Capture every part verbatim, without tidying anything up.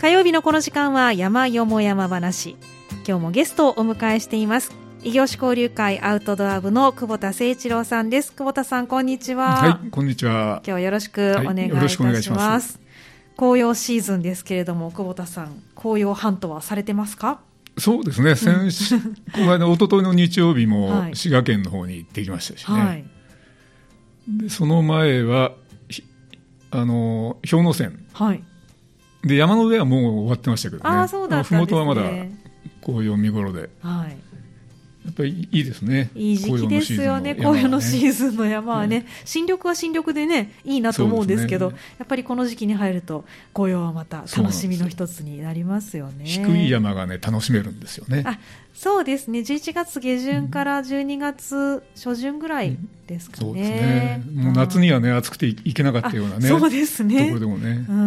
火曜日のこの時間は山よも山話。今日もゲストをお迎えしています。異業種交流会アウトドア部の久保田誠一郎さんです。久保田さん、こんにちは。 はい、こんにちは。 今日はよろしくお願いいたします。はい、よろしくお願いします。紅葉シーズンですけれども、久保田さん、紅葉ハントはされてますか？ そうですね、先週、この間、一昨日の日曜日も滋賀県の方に行ってきましたしね。はい、でその前は、あの氷ノ山。はい。で山の上はもう終わってましたけどね。 あ、そうだったんですね。 麓はまだ紅葉見頃で、はい、やっぱりいいですね。 いい時期ですよね、紅葉のシーズンの山はね。ね、新緑は新緑でね、いいなと思うんですけど、ね、やっぱりこの時期に入ると紅葉はまた楽しみの一つになりますよね。 低い山がね楽しめるんですよね。 あ、そうですね、じゅういちがつ下旬からじゅうにがつ初旬ぐらいですかね。うん、そうですね。 もう夏にはね暑くて行けなかったようなね。 そうですね。 ところでもね、うん、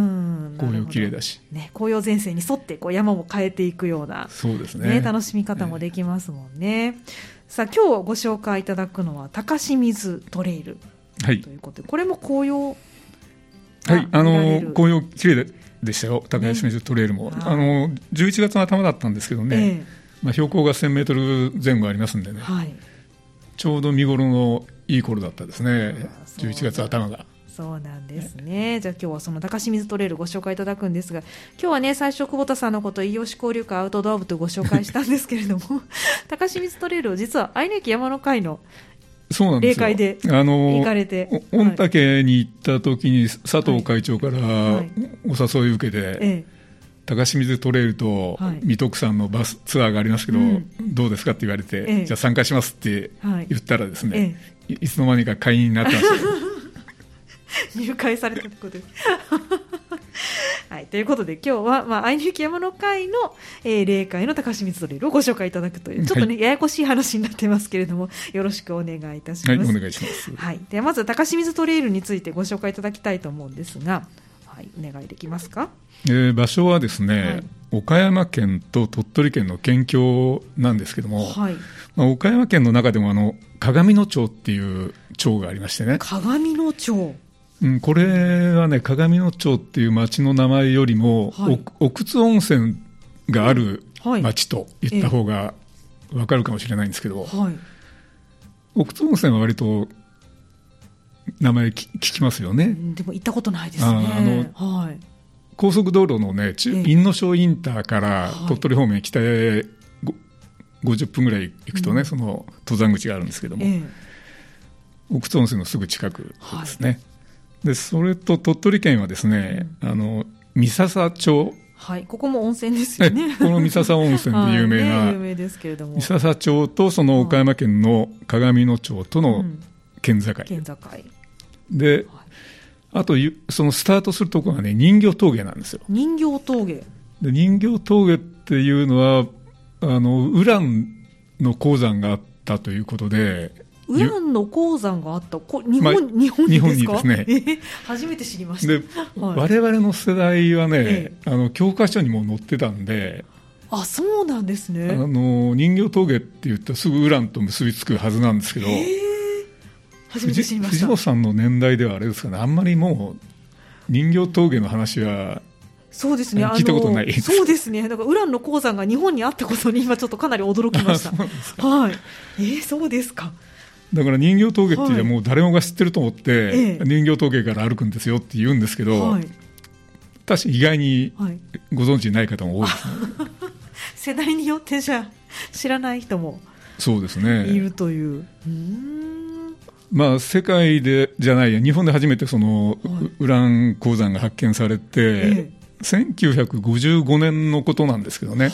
紅葉綺麗だし、 ね、紅葉前線に沿ってこう山も変えていくような、 そうですね、 ね、楽しみ方もできますもんね。ね、さあ今日ご紹介いただくのは高清水トレイル、はい、ということで、これも紅葉、 はい、あの紅葉綺麗でしたよ、高清水トレイルも、ね、あのじゅういちがつの頭だったんですけどね、えーまあ、標高がせんメートル前後ありますんでね、はい、ちょうど見頃のいい頃だったですね、じゅういちがつ頭が。 そうなんですね。じゃあ今日はその高清水トレイルご紹介いただくんですが、今日はね最初久保田さんのこと異業種交流会アウトドア部とご紹介したんですけれども高清水トレイルを実は愛媛県山の会の例会で行かれて、 御嶽に行った時に佐藤会長からお誘い受けて、はいはい、ええ、高清水トレイルと三徳山のバスツアーがありますけど、うん、どうですかって言われて、ええ、じゃあ参加しますって言ったらですね、ええ、いつの間にか会員になってました入会されたところです、はい、ということで今日は、まあ、愛媛県山の会の、えー、例会の高清水トレイルをご紹介いただくというちょっとね、はい、ややこしい話になってますけれども、よろしくお願いいたします。 はい、お願いします。 はい、ではまず高清水トレイルについてご紹介いただきたいと思うんですが、はい、お願いできますか？ えー、場所はですね、はい、岡山県と鳥取県の県境なんですけども、はい、まあ、岡山県の中でもあの鏡野町っていう町がありましてね。 鏡野町、 うん、これはね、鏡野町っていう町の名前よりも、はい、奥津温泉がある町と言った方が分かるかもしれないんですけど、はい、奥津温泉は割と名前聞きますよね。 でも行ったことないですね。 ああの、はい、高速道路のね、因野インターから鳥取方面北へごじゅっぷんぐらい行くとね、うん、その登山口があるんですけども、ええ、奥津温泉のすぐ近くですね。はい、でそれと鳥取県はですね、うん、あの三笹町、 はい、ここも温泉ですよね。 この三笹温泉で有名な、はいね、有名ですけれども、三笹町とその岡山県の鏡野町との県境、うん、県境で、はい、あとそのスタートするところがね、人形峠なんですよ。 人形峠で、人形峠っていうのはあのウランの鉱山があったということで、 ウランの鉱山があった、こ日本、まあ、日本にですか？日本にですね、えー、初めて知りました。で、はい、 我々の世代はね、えー、あの教科書にも載ってたんで、 あ、そうなんですね。 あの人形峠って言ったらすぐウランと結びつくはずなんですけど、えー、 初めて知りました。 藤本さんの年代ではあれですかね、あんまりもう人形峠の話はそうですね、 聞いたことない。 そうですね、だからウランの鉱山が日本にあったことに今ちょっとかなり驚きました。はい、えー、そうですか。 だから人形峠っていうのはもう誰もが知ってると思って、はい、人形峠から歩くんですよって言うんですけど、はい、確かに意外にご存知ない方も多いですね。 世代によってじゃ知らない人もそうですね、 いるという。うーん、 まあ、世界でじゃないや日本で初めてその、はい、ウラン鉱山が発見されて、ええ、せんきゅうひゃくごじゅうごねんのことなんですけどね、はい、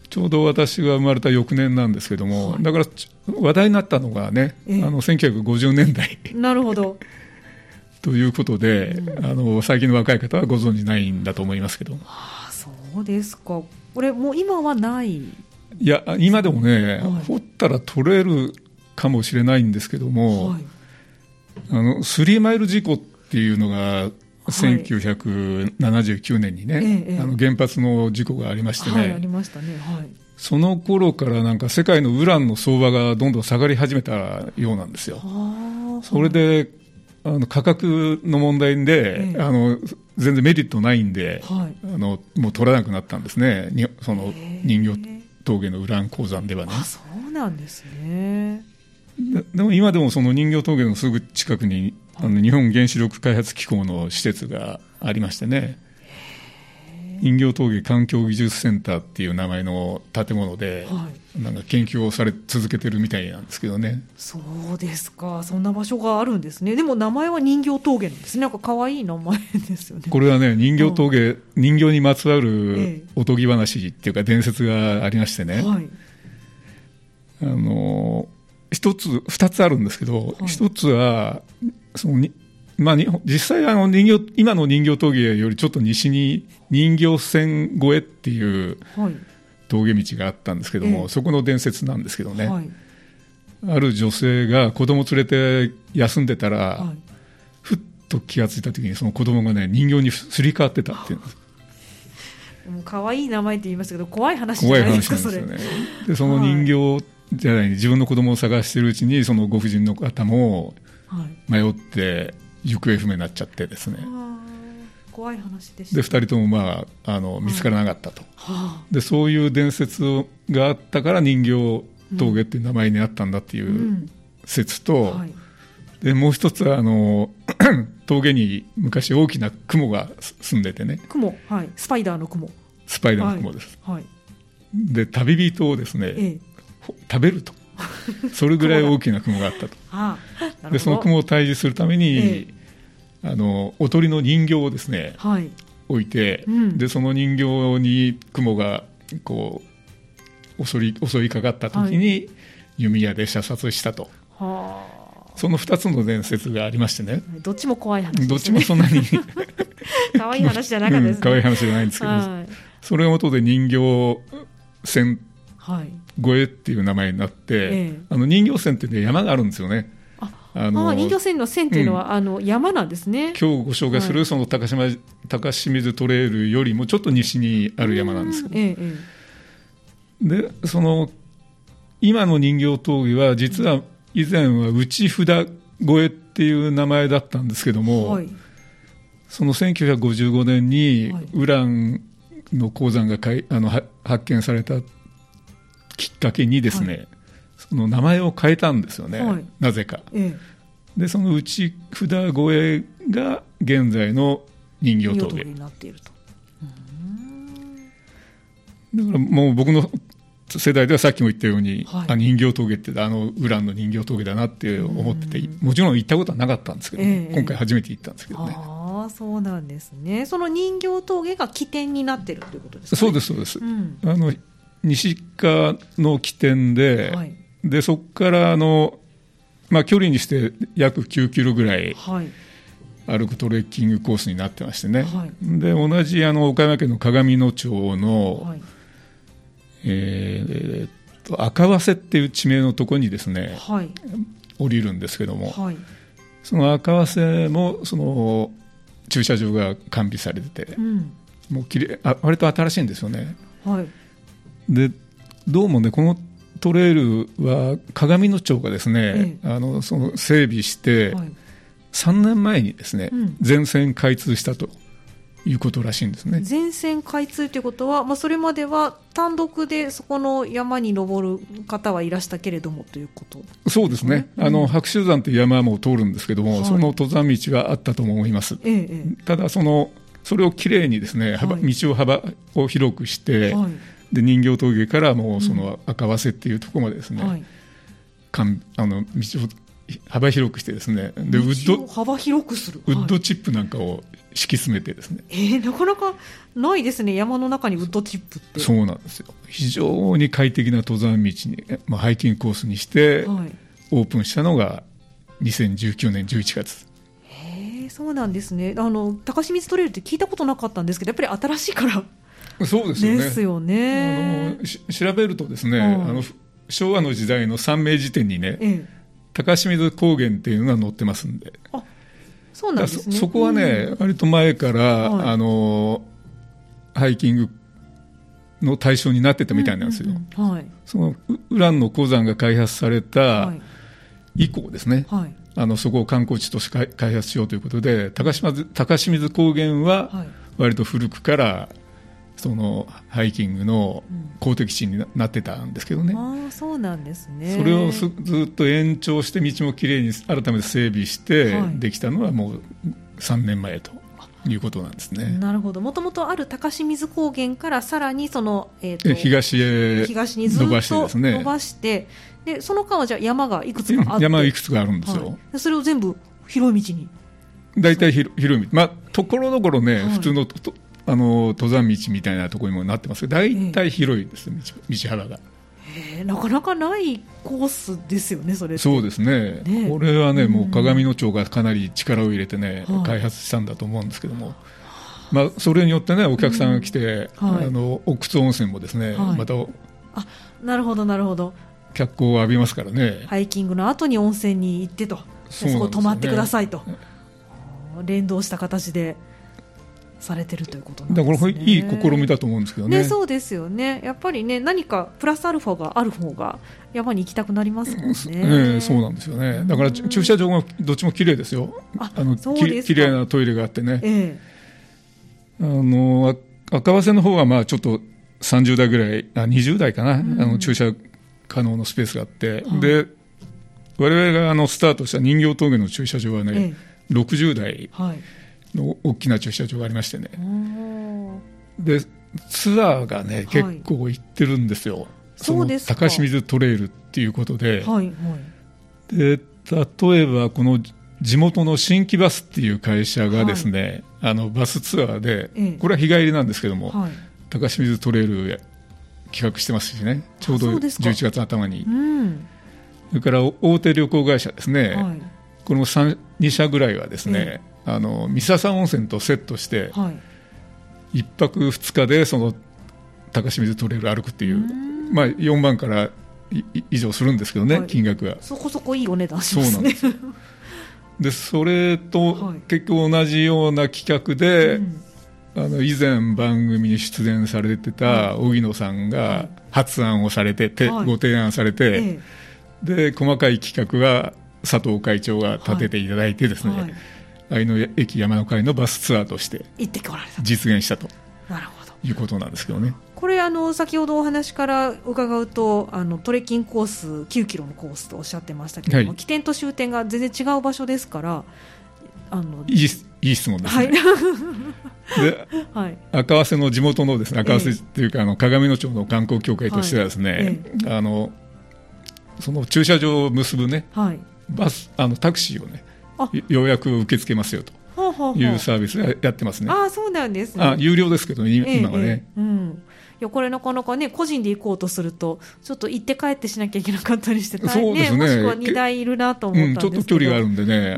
ちょうど私が生まれた翌年なんですけども、はい、だから話題になったのがね、ええ、あのせんきゅうひゃくごじゅうねんだいなるほどということで、うん、あの最近の若い方はご存じないんだと思いますけど、はあ、そうですか。これもう今はない？ いや今でもね、はい、掘ったら取れるかもしれないんですけども、はい、あのスリーマイル事故っていうのがせんきゅうひゃくななじゅうきゅうねんにね、はい、あの原発の事故がありましてね、 はい、ありましたね、はい、 その頃からなんか世界のウランの相場がどんどん下がり始めたようなんですよ。それであの価格の問題で、ええ、あの全然メリットないんで、 はい、 あのもう取らなくなったんですね、にその人形峠のウラン鉱山ではね。 あ、そうなんですね。 で, でも今でもその人形峠のすぐ近くに、はい、あの日本原子力開発機構の施設がありましてね、人形峠環境技術センターっていう名前の建物で、はい、なんか研究をされ続けてるみたいなんですけどね。 そうですか、そんな場所があるんですね。でも名前は人形峠なんですね。なんか可愛い名前ですよね。 これはね、人形峠、うん、人形にまつわるおとぎ話っていうか伝説がありましてね、はい、あの一つ二つあるんですけど、一、はい、つはそのにまあ、実際あの人形今の人形峠よりちょっと西に人形線越えっていう峠道があったんですけども、はい、そこの伝説なんですけどね、はい、ある女性が子供連れて休んでたら、はい、ふっと気がついた時にその子供がね人形にすり替わってたっていうんです。 もう可愛い名前って言いましたけど怖い話じゃないですか。 怖い話なんですよね。でその人形じゃない、自分の子供を探しているうちにそのご婦人の方も迷って行方不明になっちゃってですね、 はい、怖い話でした。 でふたりとも、まあ、あの見つからなかったと、はい、でそういう伝説があったから人形峠っていう名前になったんだっていう説と、うんうん、はい、でもう一つはあの峠に昔大きな雲が住んでてね、 雲、はい、スパイダーの雲、 スパイダーの雲です、 はいはい、 で旅人をですね、ええ、食べるとそれぐらい大きな雲があったとああ、でその雲を退治するために、ええ、あのおとりの人形をですね、はい、置いて、うん、でその人形に雲がこう襲い、襲いかかった時に、はい、弓矢で射殺したと、はあ、そのふたつの伝説がありましてね、 どっちも怖い話ですね。 どっちもそんなに可愛い話じゃなかったですね。 可愛い話じゃないんですけど、はい、それが元で人形線越えっていう名前になって、ええ、あの人形線って、ね、山があるんですよね。 ああのあ人形線の線っていうのは、うん、あの山なんですね。 今日ご紹介する、はい、その高島高清水トレイルよりもちょっと西にある山なんですけど、ええ、でその今の人形峠は実は以前は内札越えっていう名前だったんですけども、はい、そのせんきゅうひゃくごじゅうごねんにウランの鉱山がかいあの発見されたきっかけにですね、はい、その名前を変えたんですよね、はい、なぜか、ええ、でその内札越えが現在の人形峠になっていると。うーん、だからもう僕の世代ではさっきも言ったように、はい、あ人形峠ってあのウランの人形峠だなって思ってて、もちろん行ったことはなかったんですけど、ええ、今回初めて行ったんですけどね。 ああ、そうなんですね。その人形峠が起点になっているということですかね。 そうですそうです、うん、あの西側の起点で、はい、でそこからあの、まあ、距離にして約きゅうキロぐらい歩くトレッキングコースになってましてね、はい、で同じあの岡山県の鏡野町の、はい、えー、と赤早生っていう地名のところにですね、はい、降りるんですけども、はい、その赤早生もその駐車場が完備されてて、うん、もうきれい、あ割と新しいんですよね、はい、でどうもねこのトレイルは鏡野町がですね、ええ、あのその整備して、はい、さんねんまえにですね、うん、全線開通したということらしいんですね。 全線開通ということは、まあ、それまでは単独でそこの山に登る方はいらしたけれどもということ、ね、 そうですね、うん、あの白州山という山も通るんですけども、はい、その登山道はあったと思います、ええ、ただそのそれをきれいにですね、幅、はい、道を幅を広くして、はい、で人形峠からもうその赤早生っていうところまでですね、うん、はい、かんあの道を幅広くしてですね、でウッド幅広くする、 ウッドチップなんかを敷き詰めてですね、 はい、えー、なかなかないですね、山の中にウッドチップって。 そうなんですよ。非常に快適な登山道に、まあ、ハイキングコースにして、はい、オープンしたのがにせんじゅうきゅうねんじゅういちがつ。 へー、そうなんですね。あの高清水トレイルって聞いたことなかったんですけど、やっぱり新しいからそうですよね。 ですよね。 あのし調べるとですね、はい、あの昭和の時代の山名辞典にね、ええ、高清水高原っていうのが載ってますんで、 あ、そうなんですね。 そ, そこはね、うん、割と前から、はい、あのハイキングの対象になってたみたいなんですよ、うんうんうん、はい、そのウランの鉱山が開発された以降ですね、はい、 あのそこを観光地として開発しようということで、高島津高清水高原は割と古くからそのハイキングの公的地になってたんですけどね、 うん、あそうなんですね。 それをずっと延長して道もきれいに改めて整備してできたのはもうさんねんまえということなんですね。 なるほど。もともとある高清水高原からさらにその、えー、と東へ東にずっと伸ばしてですね、 伸ばしてでその間はじゃあ山がいくつかあって、 山がいくつかあるんですよ、 はい、それを全部広い道に大体広い道、まあ、ところどころね、はい、普通のとあの登山道みたいなところにもなってますけど、大体広いです、えー、道, 道幅が。 えー、なかなかないコースですよね、それって。 そうですね、ねこれはね、うん、もう鏡野町がかなり力を入れてね、はい、開発したんだと思うんですけども、まあ、それによってねお客さんが来て、うんはい、あの奥津温泉もですね、はい、またあなるほどなるほど脚光を浴びますからね。 ハイキングの後に温泉に行ってと、そこ泊まってくださいと、連動した形でされてるということなんですね。 だからこれいい試みだと思うんですけど ね, ねそうですよね。やっぱりね何かプラスアルファがある方が山に行きたくなりますもんね。えー、そうなんですよね。だから駐車場がどっちも綺麗ですよ。ああのそうですか。きれいなトイレがあってね、えー、あの赤羽の方はまあちょっとさんじゅうだいぐらいあにじゅうだいかな、うん、あの駐車可能のスペースがあって、はい、で我々があのスタートした人形峠の駐車場はね、えー、ろくじゅうだいの大きな駐車場がありましてね、はい、でツアーがね結構行ってるんですよ、はい、その高清水トレイルっていうことで、はいはい、で例えばこの地元の新規バスっていう会社がですね、はい、あのバスツアーで、ええ、これは日帰りなんですけども、はい、高清水トレイル企画してますしね、ちょうどじゅういちがつ頭に、うん、それから大手旅行会社ですね、はい、このにしゃぐらいはですね、ええ、あの三笹温泉とセットして、はい、いっぱくふつかでその高清水トレイル歩くっていう、うまあ、よんまんから以上するんですけどね、はい、金額がそこそこいいお値段しますね。 そうなんですでそれと結局同じような企画で、はい、あの以前番組に出演されてた荻野さんが発案をされて、はい、ご提案されて、はい、で細かい企画は佐藤会長が立てていただいてですね、はいはい、愛の駅山の会のバスツアーとして実現したということなんですけどね。 これあの先ほどお話から伺うとあのトレッキングコースきゅうキロのコースとおっしゃってましたけども、はい、起点と終点が全然違う場所ですからあのいい、いい質問ですね、はいではい、赤羽の地元のですね、赤羽というか、えー、あの鏡野町の観光協会としてはですね、はいえー、あのその駐車場を結ぶね、はい、バスあのタクシーをね予約を受け付けますよというサービスがやってますね。 あ、そうなんですね。 あ、有料ですけど、ね、今はね、 えーえーうんいやこれなかなかね個人で行こうとするとちょっと行って帰ってしなきゃいけなかったりして大変、ねね、もしくはにだいいるなと思ったんですけど、 うん、ちょっと距離があるんでね、うん、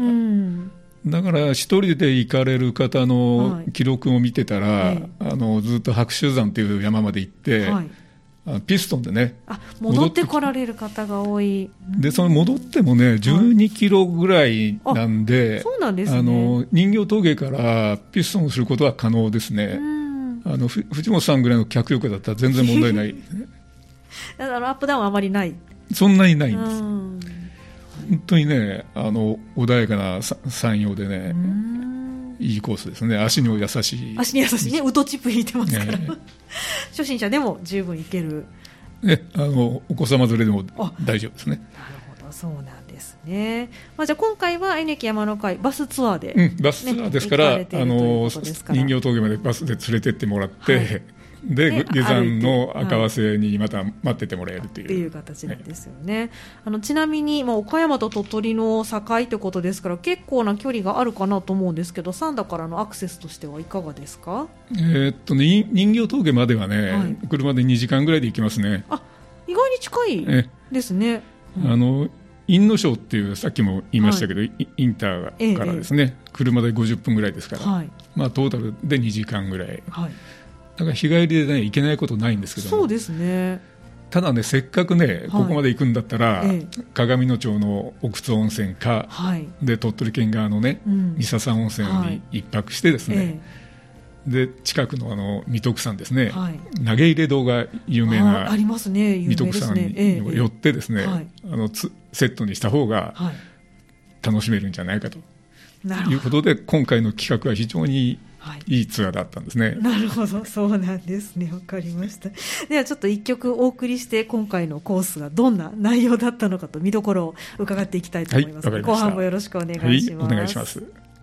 だから一人で行かれる方の記録を見てたら、はい、あのずっと白州山という山まで行って、はい、あピストンでねあ戻ってこられる方が多いでその戻ってもねじゅうにキロぐらいなんで、はい、そうなんですね、あの人形峠からピストンすることは可能ですね。あの藤本さんぐらいの脚力だったら全然問題ないだからアップダウンはあまりないそんなにないんです。本当にねあの穏やかな山陽でねいいコースですね。足にも優しい足に優しいねウッドチップ引いてますから、ね、初心者でも十分いける、 ね、あのお子様連れでも大丈夫ですね。 なるほどそうなんですね、まあ、じゃあ今回は愛媛山の会バスツアーで、 ねうん、バスツアーですから、あの人形峠までバスで連れてってもらって、はい、で、ね、下山の赤羽にまた待っててもらえるという、 はい、っていう形なんですよね、はい、あのちなみに、まあ、岡山と鳥取の境ということですから結構な距離があるかなと思うんですけど三田からのアクセスとしてはいかがですか？ えーっとね、人形峠まではね、はい、車でにじかんぐらいで行きますね。あ意外に近いですね。 あの因野町っていうさっきも言いましたけど、はい、インターからですね、ええ、車でごじゅっぷんぐらいですから、はいまあ、トータルでにじかんぐらい、はい、だから日帰りで、ね、行けないことないんですけどもそうですね。 ただねせっかくね、はい、ここまで行くんだったら、ええ、鏡野町の奥津温泉か、はい、で鳥取県側のね、うん、三笹温泉に一泊してですね、はいええで近くのあの三徳山ですね、はい、投げ入れ堂が有名な三徳山に寄ってですね、あのセットにした方が、はい、 楽しめるんじゃないかということで、今回の企画は非常にいいツアーだったんですね。 はい、なるほど、そうなんですね。わかりました。ではちょっと一曲お送りして、今回のコースがどんな内容だったのかと見どころを伺っていきたいと思います。はい、後半もよろしくお願いします。 はい、お願いします。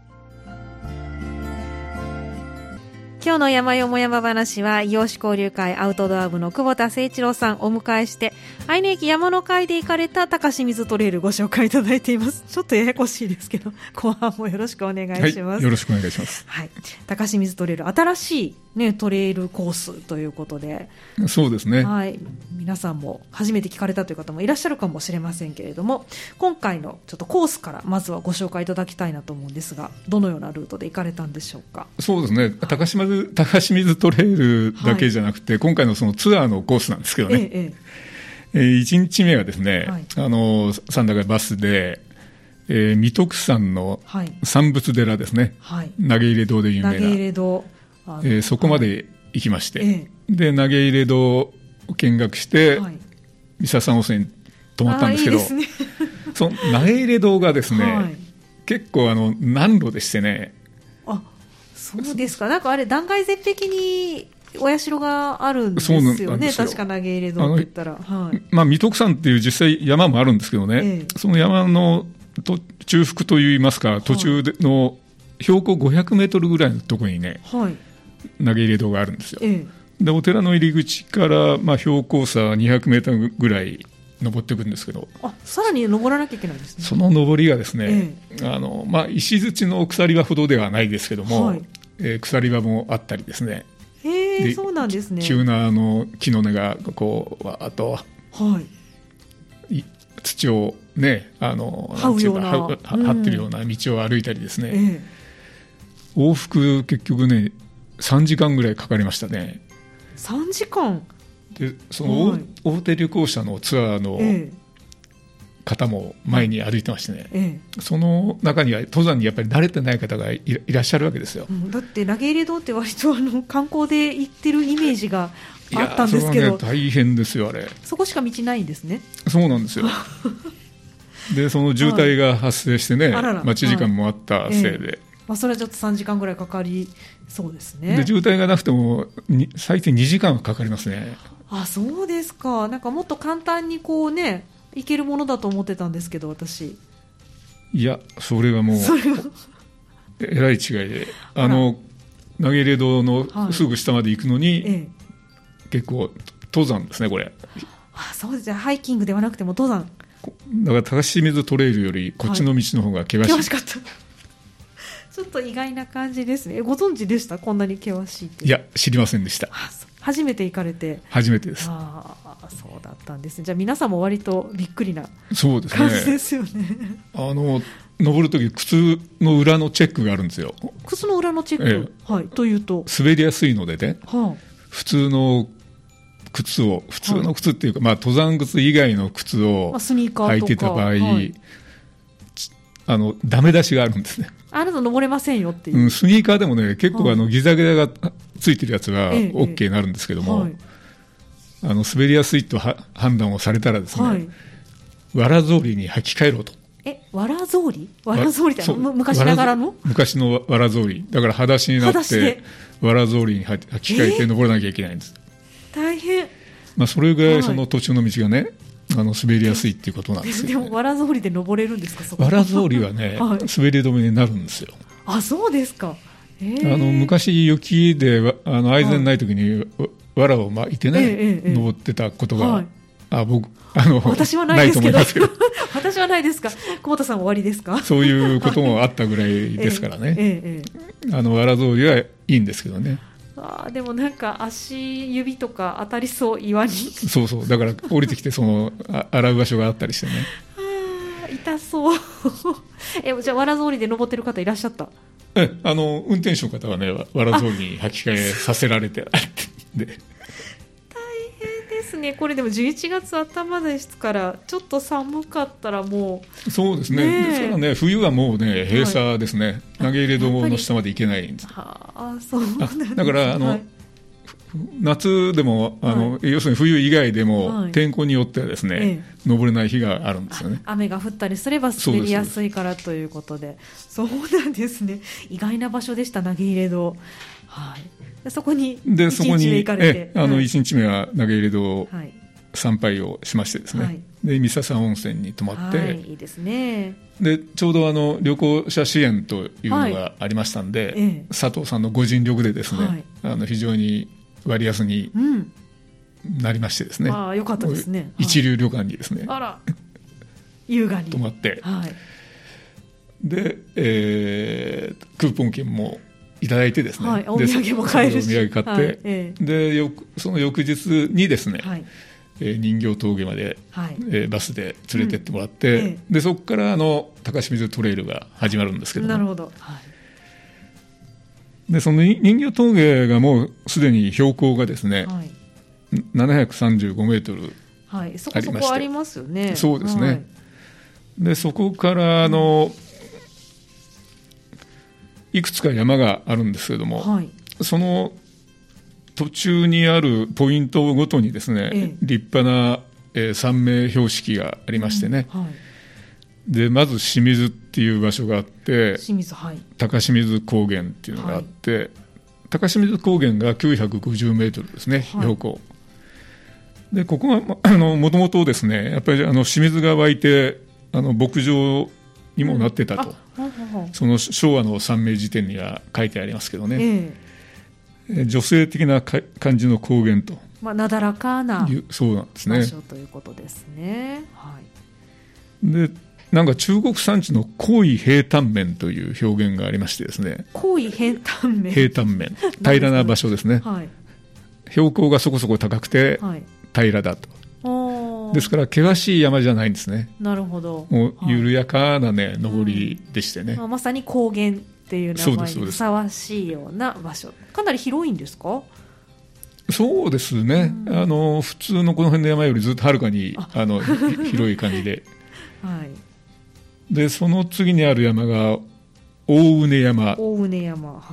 今日の山よも山話は、伊予市交流会アウトドア部の久保田誠一郎さんをお迎えして、愛媛駅山の会で行かれた高清水トレイルご紹介いただいています。ちょっとややこしいですけど、後半もよろしくお願いします。 はい、よろしくお願いします。 はい、高清水トレイル、新しい、ね、トレイルコースということで、 そうですね。 はい、皆さんも初めて聞かれたという方もいらっしゃるかもしれませんけれども、今回のちょっとコースからまずはご紹介いただきたいなと思うんですが、どのようなルートで行かれたんでしょうか。 そうですね。高清水、高清水トレイルだけじゃなくて、はい、今回のそのツアーのコースなんですけどね、えええー、いちにちめはですね、はい、あの三高バスで、えー、三徳山の三仏寺ですね、はい、投げ入れ堂で有名な投げ入れ堂、えー、そこまで行きまして、はい、で投げ入れ堂を見学して、はい、三笹温泉に泊まったんですけど、いいですね、その投げ入れ堂がですね、はい、結構あの難路でしてね。 あ、そうですか。なんかあれ断崖絶壁にお社があるんですよね。確か投げ入れ堂って言ったら、はい、まあ、 三徳山っていう実際山もあるんですけどね、ええ、その山のと中腹といいますか、途中での標高ごひゃくメートルぐらいのところにね、はい、投げ入れ堂があるんですよ、ええ、でお寺の入り口から、まあ、標高差にひゃくメートルぐらい登っていくんですけど、 あ、さらに登らなきゃいけないんですね。 その登りがですね、ええ、あのまあ、石槌の鎖場ほどではないですけども、はい、えー、鎖場もあったりですね。 へー、そうなんですね。 急なあの木の根がこうわーっと、はい、土をね、あの這うような張ってるような道を歩いたりですね、ええ、往復結局ねさんじかんぐらいかかりましたね。 さんじかんで、その、はい、大手旅行者のツアーの方も前に歩いてましてね、ええ、その中には登山にやっぱり慣れてない方が い, いらっしゃるわけですよ、うん、 だって投げ入れ堂って割とあの観光で行ってるイメージがあったんですけど、いや、それはね、大変ですよあれ。 そこしか道ないんですね。 そうなんですよでその渋滞が発生してね、はい、待ち時間もあったせいで、はい、ええ、 まあ、それはちょっとさんじかんぐらいかかりそうですね。 で渋滞がなくても最低にじかんはかかりますね。 あ、そうですか。なんかもっと簡単にこうね行けるものだと思ってたんですけど、私。 いや、それはもうえらい違いで、あの投げ入れ堂のすぐ下まで行くのに、はい、ええ、結構登山ですねこれ。 あ、そうですね。ハイキングではなくても登山だから高清水トレイルよりこっちの道の方が険しい、 はい、険しかったちょっと意外な感じですね。ご存知でした？こんなに険しいって。 いや、知りませんでした。 あ、初めて行かれて。 初めてです。 ああ、そうだったんですね。じゃあ皆さんも割とびっくりなそうですね感じですよね。 あの登るとき靴の裏のチェックがあるんですよ。 靴の裏のチェック、ええ、はい、というと滑りやすいのでね、はあ、普通の靴を普通の靴っていうか、はい、まあ、登山靴以外の靴を履いてた場合、はい、あのダメ出しがあるんですね。 あなた登れませんよっていう、 うん、スニーカーでもね結構あのギザギザがついてるやつは OK になるんですけども、ええ、あの滑りやすいとは判断をされたらですね、はい、わら草履に履き替えろと。 え、わら草履わら草履って昔ながらの昔のわら草履だから裸足になってわら草履に履き替えて登らなきゃいけないんです、 えー、大変、 まあ、それぐらいその途中の道がね、あの滑りやすいっていうことなんですよ、ね、 でもわら草履で登れるんですか？そこわら草履はね、はい、滑り止めになるんですよ。 あ、そうですか。えー、 あの昔雪であの愛禅ない時にわらを巻いてね、えーえー、登ってたことが、はい、あ僕あの私はないですけど私はないですか。久保田さん終わりですか？ そういうこともあったぐらいですからね、えーえー、あのわら草履はいいんですけどね。 あ、でもなんか足指とか当たりそう、岩に。 そうそう、だから降りてきてその洗う場所があったりしてねあ、痛そうえ、じゃあわら草履で登ってる方いらっしゃった？ え、あの運転手の方はねわら草履に履き替えさせられてで大変ですね。これでもじゅういちがつ頭ですからちょっと寒かったらもうそうですね。ですからね冬はもうね閉鎖ですね、はい、投げ入れ堂の下まで行けないんです。 あ、そうなんですね。 だからあの、はい、 夏でもあの、はい、要するに冬以外でも、はい、天候によってはですね、ええ、登れない日があるんですよね。 雨が降ったりすれば滑りやすいからということで、そうなんですね。意外な場所でした、投げ入れ堂。はい、でそこにいちにちめ行かれて、 えあのいちにちめは投げ入れ堂参拝をしましてですね、はい、で三笹温泉に泊まって、はい、 いいですね。 でちょうどあの旅行者支援というのがありましたんで、はい、ええ、佐藤さんのご尽力でですね、はい、あの非常に割安になりましてですね、うん、 あ、よかったですね。 一流旅館にですね、 あら優雅に泊まって、 はい、 で、えー、クーポン券もいただいてですね、 はい、お土産も買えるし、 お土産買って、はい、ええ、でよくその翌日にですね、はい、えー、人形峠まで、はい、えー、バスで連れてってもらって、うん、ええ、でそこからあの高清水トレイルが始まるんですけども、 なるほど、はい、 でその人形峠がもうすでに標高がですね、はい、ななひゃくさんじゅうごメートルありまして、 はい、そこそこありますよね。 そうですね、はい、でそこからあの、うん、いくつか山があるんですけども、はい、その途中にあるポイントごとにですね、ええ、立派な、えー、山名標識がありましてね、うん、はい、でまず清水っていう場所があって、 清水、はい、 高清水高原っていうのがあって、はい、高清水高原がきゅうひゃくごじゅうメートルですね、はい、標高で、ここはもともとですね、やっぱりあの清水が湧いてあの牧場にもなってたと、うん、その昭和の山名辞典には書いてありますけどね、ええ、女性的な感じの高原と、 まあ、なだらかなそうなんですね、 場所ということですね、はい、 でなんか中国山地の高位平坦面という表現がありましてですね、 高位平坦面、 平坦面平らな場所ですね、はい、標高がそこそこ高くて平らだと、はい、ですから険しい山じゃないんですね。 なるほど、 もう緩やかなね、はい、登りでしてね、 うん、まあ、まさに高原っていう名前にふさわしいような場所、かなり広いんですか？ そうですね、うん、あの普通のこの辺の山よりずっとはるかにああの広い感じで、はい、でその次にある山が大畝山、 大畝山、はい、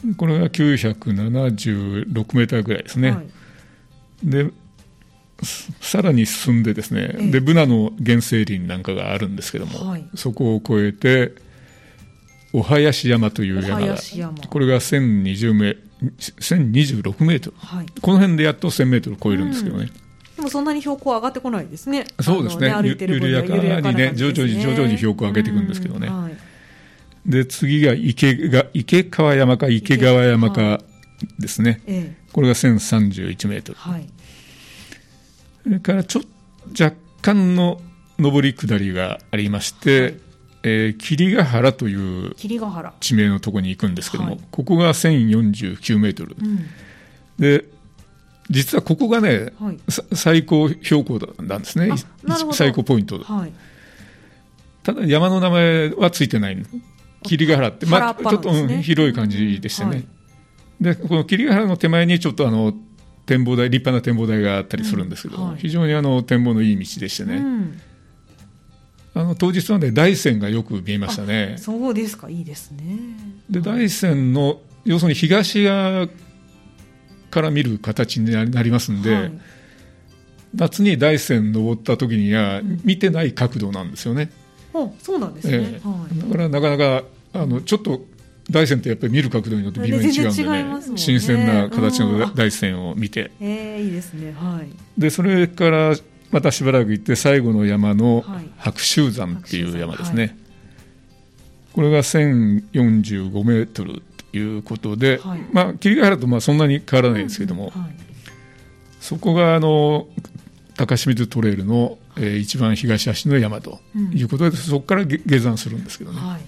これがきゅうひゃくななじゅうろくメーターぐらいですね、はい、でさらに進んでですね、でブナの原生林なんかがあるんですけども、はい、そこを越えてお囃子山という山が、これがせんにじゅうメせんにじゅうろくメートル、はい、この辺でやっとせんメートル超えるんですけどね、うん、 でもそんなに標高上がってこないですね。 そうですね、ね緩やかにね、徐々に徐々に標高を上げていくんですけどね、はい、で次が 池, が池川山か池川山かですね、はい、これがせんさんじゅういちメートル、はい、それからちょ若干の上り下りがありまして、はい、えー、霧ヶ原という地名のところに行くんですけども、はい、ここがせんよんじゅうきゅうメートル、うん、で実はここがね、はい、最高標高なんですね、最高ポイント、はい、ただ山の名前はついてない、霧ヶ原って、まあ、ちょっと、うん、広い感じでしてね、うん、はい、でこの霧ヶ原の手前にちょっとあの展望台、立派な展望台があったりするんですけど、うん、はい、非常にあの展望のいい道でしてね、うん、あの当日はね大山がよく見えましたね。 そうですか、いいですね。 で大山の要するに東側から見る形になりますんで、はい、夏に大山登った時には見てない角度なんですよね、 うん、そうなんですね、えーはい、 だからなかなかあのちょっと大山ってやっぱり見る角度によって微妙に違うんでね、ね、新鮮な形の大山を見て、 うん、えー、いいですね、はい、 でそれからまたしばらく行って最後の山の白秋山っていう山ですね、はい、これがせんよんじゅうごメートルということで、はい、まあ、霧ヶ原とまあそんなに変わらないですけども、うん、はい、そこがあの高清水トレイルの、えー、一番東端の山ということで、うん、そこから下山するんですけどね、はい、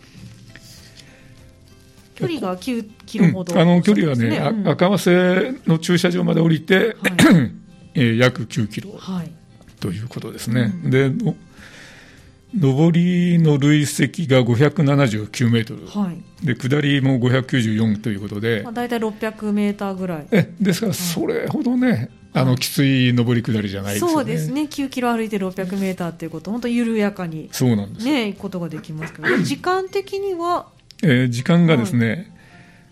距離がきゅうキロほど、 うん、あの距離はね、うん、赤瀬の駐車場まで降りて、はい、えー、約きゅうキロ、はい、ということですね、うん、で上りの累積がごひゃくななじゅうきゅうメートル、はい、で下りもごひゃくきゅうじゅうよんということで、 まあ、大体ろっぴゃくメーターぐらい、 えですからそれほどね、はい、あのきつい上り下りじゃないですよね。 そうですね、きゅうキロ歩いてろっぴゃくメーターということ、本当緩やかに、 そうなんです、 ね、行くことができますけど、時間的には、 えー、時間がですね、はい、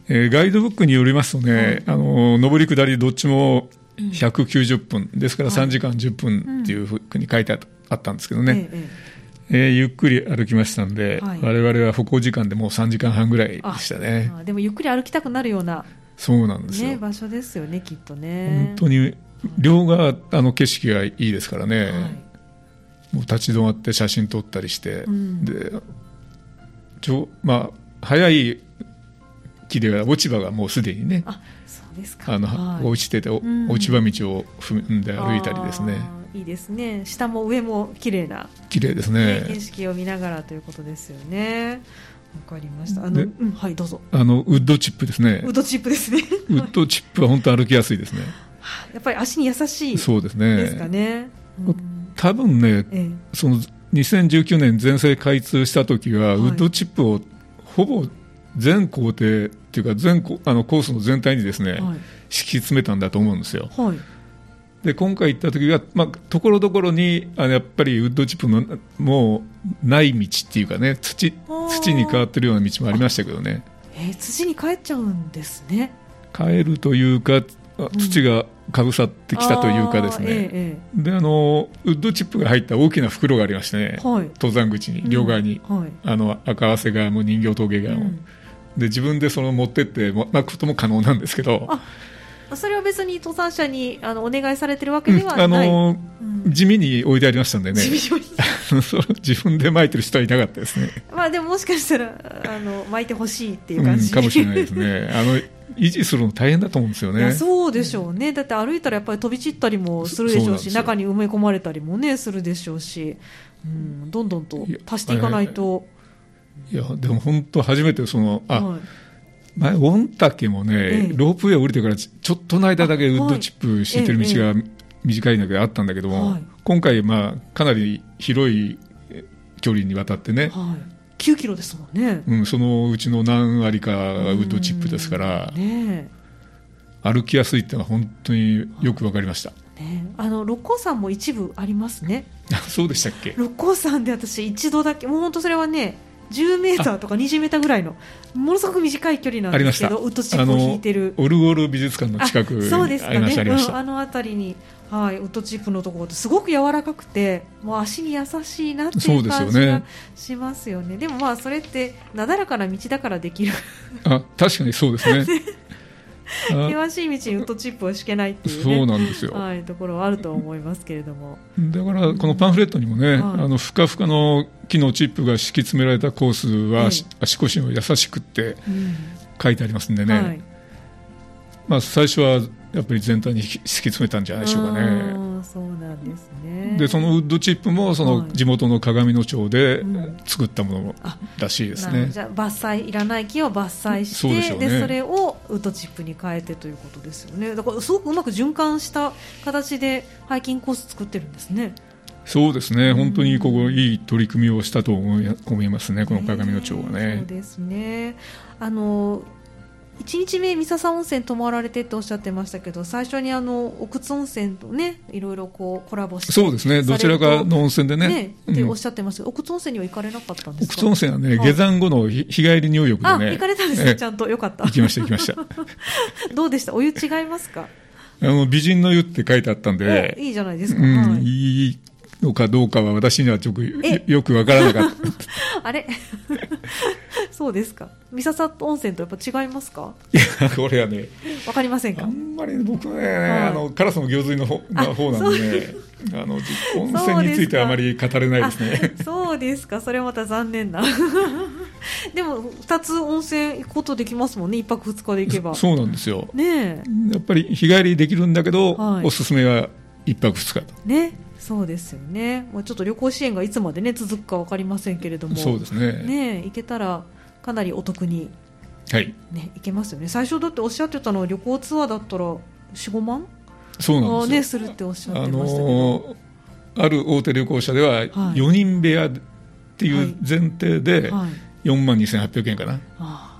えー、ガイドブックによりますとね、うん、あの上り下りどっちもひゃくきゅうじゅっぷん、うん、ですからさんじかんじゅっぷんっていうふうに書いてあったんですけどね、うんえええー、ゆっくり歩きましたんで、はい、我々は歩行時間でもうさんじかんはんぐらいでしたね。 ああでもゆっくり歩きたくなるような、 そうなんですよ、 ね、場所ですよねきっとね。 本当に両側あの景色がいいですからね、はい、もう立ち止まって写真撮ったりして、うん、でちょ、まあ、早い木では落ち葉がもうすでにね、 あ、そうですか、 あの、はい、落ちてて、うん、落ち葉道を踏んで歩いたりですね。 いいですね。下も上も綺麗な綺麗ですね、 景色を見ながらということですよね。わかりました。あの、うん、はい、どうぞ。 あのウッドチップですね。 ウッドチップですねウッドチップは本当歩きやすいですねやっぱり足に優しいそうですね。 ですかね。うん、 多分ね、ええ、そのにせんじゅうきゅうねん全盛開通した時は、はい、ウッドチップをほぼ全工程っていうか全あのコースの全体にですね、はい、敷き詰めたんだと思うんですよ。はい、で今回行った時は、まあ、ところどころにあのやっぱりウッドチップのもうない道っていうかね、土, 土に変わってるような道もありましたけどね。 えー、土に変えちゃうんですね。 変えるというか土がかぶさってきたというかですね、うんええ、であのウッドチップが入った大きな袋がありましてね、はい、登山口に両側に、うんはい、あの赤合瀬側も人形峠側も、うん、で自分でその持ってって巻くことも可能なんですけど、 あそれは別に登山者にあのお願いされてるわけではない、うん、あのうん、地味に置いてありましたんでね自分で巻いてる人はいなかったですねまあでももしかしたらあの巻いてほしいっていう感じ、 うん、かもしれないですねあの維持するの大変だと思うんですよね。いやそうでしょうね。だって歩いたらやっぱり飛び散ったりもするでしょうし、中に埋め込まれたりもねするでしょうし、うん、どんどんと足していかないと。 いや、いやでも本当初めてそのあ、はい、前御嶽もね、ええ、ロープウェイ降りてからちょっとの間だけウッドチップ敷いてる道が短いのがあったんだけども、はい、今回、まあ、かなり広い距離にわたってね、はいきゅうキロですもんね、 うん、そのうちの何割かがウッドチップですから、ね、歩きやすいってのは本当によく分かりました、 ね、あの六甲山も一部ありますね。 そうでしたっけ。 六甲山で私一度だけもう本当それはねじゅうメーターとかにじゅうメーターぐらいのものすごく短い距離なんですけどウッドチップを引いてるオルゴール美術館の近くにありました、ありました、 あの辺りに、はい、ウッドチップのところってすごく柔らかくてもう足に優しいなっていう感じがしますよね。でもまあそれってなだらかな道だからできるあ確かにそうですね険しい道にウッドチップを敷けないっていう、ね、 そうなんですよ、 はい、ところはあると思いますけれども、 だからこのパンフレットにもね、うん、あのふかふかの木のチップが敷き詰められたコースは、はい、足腰に優しくって書いてありますんでね、うんはい、まあ、最初はやっぱり全体に敷き詰めたんじゃないでしょうかね。 あそうなんですね。 でそのウッドチップもその地元の鏡野町で作ったものらしいですね、 うん、じゃあ伐採いらない木を伐採して そ, でしょう、ね、でそれをウッドチップに変えてということですよね。だからすごくうまく循環した形でハイキングコース作ってるんですね。 そうですね、本当にここいい取り組みをしたと思 い, 思いますね、この鏡野町はね。 そうですね。あのいちにちめ三笹温泉泊まられてっておっしゃってましたけど、最初にあの奥津温泉とねいろいろこうコラボして、 そうですね、どちらかの温泉で ね, ねっておっしゃってましたけど、うん、奥津温泉には行かれなかったんですか。 奥津温泉はね、はい、下山後の日帰り入浴でね。 あ行かれたんですね、ちゃんとよかった。 行きました行きましたどうでした、お湯違いますか。 あの美人の湯って書いてあったんで、 いいじゃないですか、 うんはい、 いいのかどうかは私にはちょっと よ, よくわからなかったあれそうですか。三笹温泉とやっぱ違いますか。 いやこれはねわかりませんか。 あんまり僕ね、はい、あのカラスの行水の方なんでね、あの温泉についてはあまり語れないですね。 そうですか。それはまた残念なでもふたつ温泉行くことできますもんね、いっぱくふつかで行けば。 そ, そうなんですよ、 ね、 やっぱり日帰りできるんだけど、はい、おすすめはいっぱくふつかとね。そうですよね。もうちょっと旅行支援がいつまで、ね、続くか分かりませんけれども、 そうです ね, ね行けたらかなりお得に、 はいね、行けますよね。最初だっておっしゃってたのは旅行ツアーだったら よん、ごまんそうなんですよ、 ね、するっておっしゃってましたけど、あのー、ある大手旅行者ではよにん部屋っていう前提でよんまんにせんはっぴゃくえんかな、はいはい、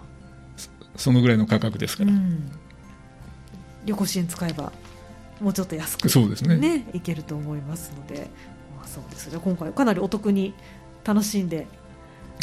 そのぐらいの価格ですから、うん、 旅行支援使えばもうちょっと安く、 そうですね、 ね、いけると思いますので、まあ、そうですね、今回かなりお得に楽しんで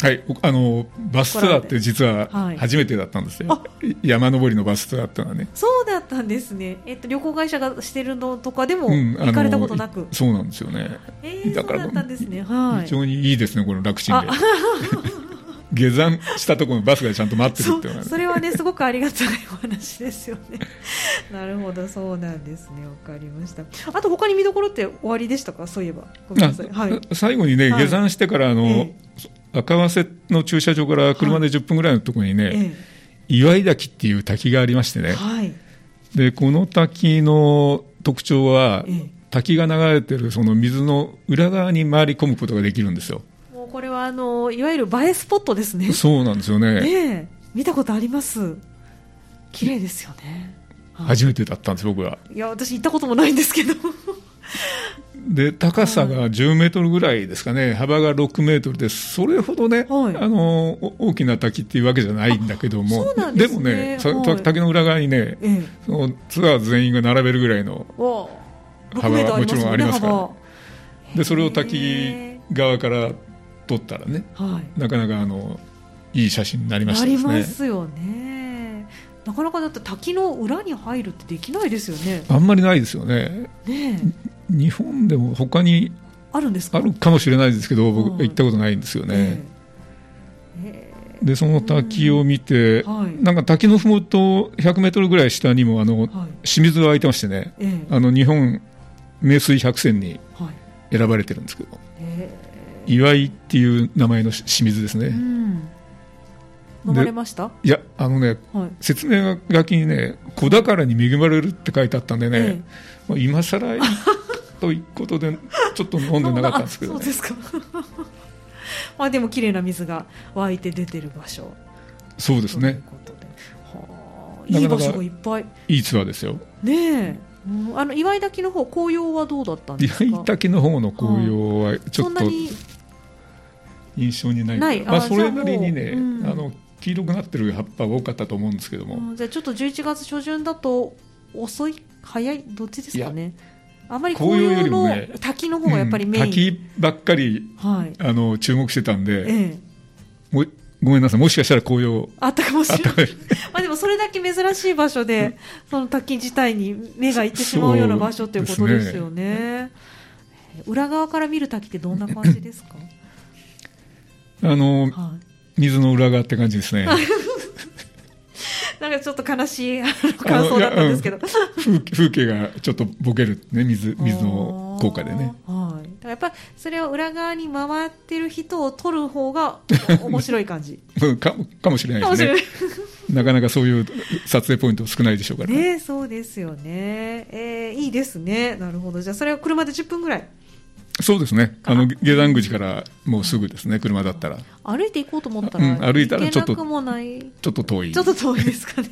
はい、あのバスツアーって実は初めてだったんですよ、はい、山登りのバスツアーってのはね。 そうだったんですね、えっと、旅行会社がしてるのとかでも行かれたことなく、うん、 そうなんですよね、 えー、だからそうだったんですね、はい、 非常にいいですねこの楽ちんで下山したところのバスがちゃんと待ってるっていうのは、ね、 そ, それはねすごくありがたいお話ですよねなるほど、そうなんですね、わかりました。あと他に見どころって終わりでしたか？そういえばごめんなさい、はい、 最後にね、はい、下山してからあの、えー、赤羽の駐車場から車でじゅっぷんぐらいのところにね、はい、えー、岩井滝っていう滝がありましてね、はい、でこの滝の特徴は、えー、滝が流れてるその水の裏側に回り込むことができるんですよ。 これはあのいわゆる映えスポットですね。 そうなんですよ ね, ね見たことあります。綺麗ですよね。 初めてだったんです僕は。 いや私行ったこともないんですけどで高さがじゅうメートルぐらいですかね、幅がろくメートルでそれほどね、はい、あの大きな滝っていうわけじゃないんだけども、そうなんですね、でもね、はい、滝の裏側にね、ええ、そのツアー全員が並べるぐらいの幅がもちろんありますから、でそれを滝側から撮ったらね、はい、なかなかあのいい写真になりましたですね。 なりますよね。なかなかだって滝の裏に入るってできないですよね。 あんまりないですよね。ねえ、日本でも他にあるんですか？ あるかもしれないですけど、僕行ったことないんですよね。えー、でその滝を見て、はい、なんか滝のふもとひゃくメートルぐらい下にもあの、はい、清水が湧いてましてね、えー、あの日本名水百選に選ばれてるんですけど、えー、岩井っていう名前の清水ですね。うん、 飲まれました？ いやあのね、はい、説明書きにね子宝に恵まれるって書いてあったんでね、ええ、今更ということでちょっと飲んでなかったんですけど、ね、 そうですかまあでも綺麗な水が湧いて出てる場所。 そうですね。 ということで、はあ、いい場所がいっぱい。 いいツアーですよねえ。うん、あの岩井滝の方紅葉はどうだったんですか？ 岩井滝の方の紅葉はちょっと印象にない、ない、まあ、それなりにね、うん、あの黄色くなってる葉っぱが多かったと思うんですけども、 うん、じゃあちょっとじゅういちがつ初旬だと遅い早いどっちですかね。あまり紅葉の滝の方がやっぱりメイン、 うん、滝ばっかり、はい、あの注目してたんで、ええ、もごめんなさい、もしかしたら紅葉あったかもしれないまあでもそれだけ珍しい場所でその滝自体に目がいってしまうような場所ということですよ ね, ね裏側から見る滝ってどんな感じですか？ あの、はい、水の裏側って感じですねなんかちょっと悲しい感想だったんですけど、 うん、風景がちょっとボケる、ね、水, 水の効果でね、 はい、だからやっぱりそれを裏側に回ってる人を撮る方が面白い感じか, かもしれないですねなかなかそういう撮影ポイント少ないでしょうからね, ねそうですよね、えー、いいですね。なるほど。じゃあそれは車でじゅっぷんぐらい。 そうですね。あの下山口からもうすぐですね。車だったら歩いて行こうと思ったら、うん、 歩いたらちょっと行けなくもないちょっと遠いちょっと遠いですかね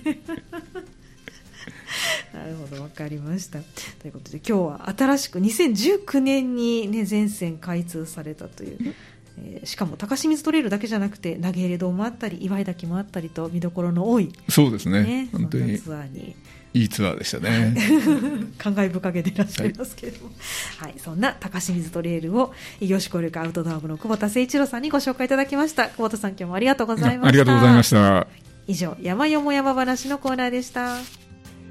なるほど、わかりました。ということで今日は新しくにせんじゅうきゅうねんに、ね、全線開通されたという、えー、しかも高清水トレイルだけじゃなくて投入堂もあったり岩井滝もあったりと見どころの多い、 そうですね、 ね、 本当にツアーにいいツアーでしたね感慨深げでいらっしゃいますけれども、はいはい、そんな高清水トレイルを異業種交流会アウトドア部の久保田誠一郎さんにご紹介いただきました。久保田さん、今日もありがとうございました。 ありがとうございました。 以上、山よも山話のコーナーでした。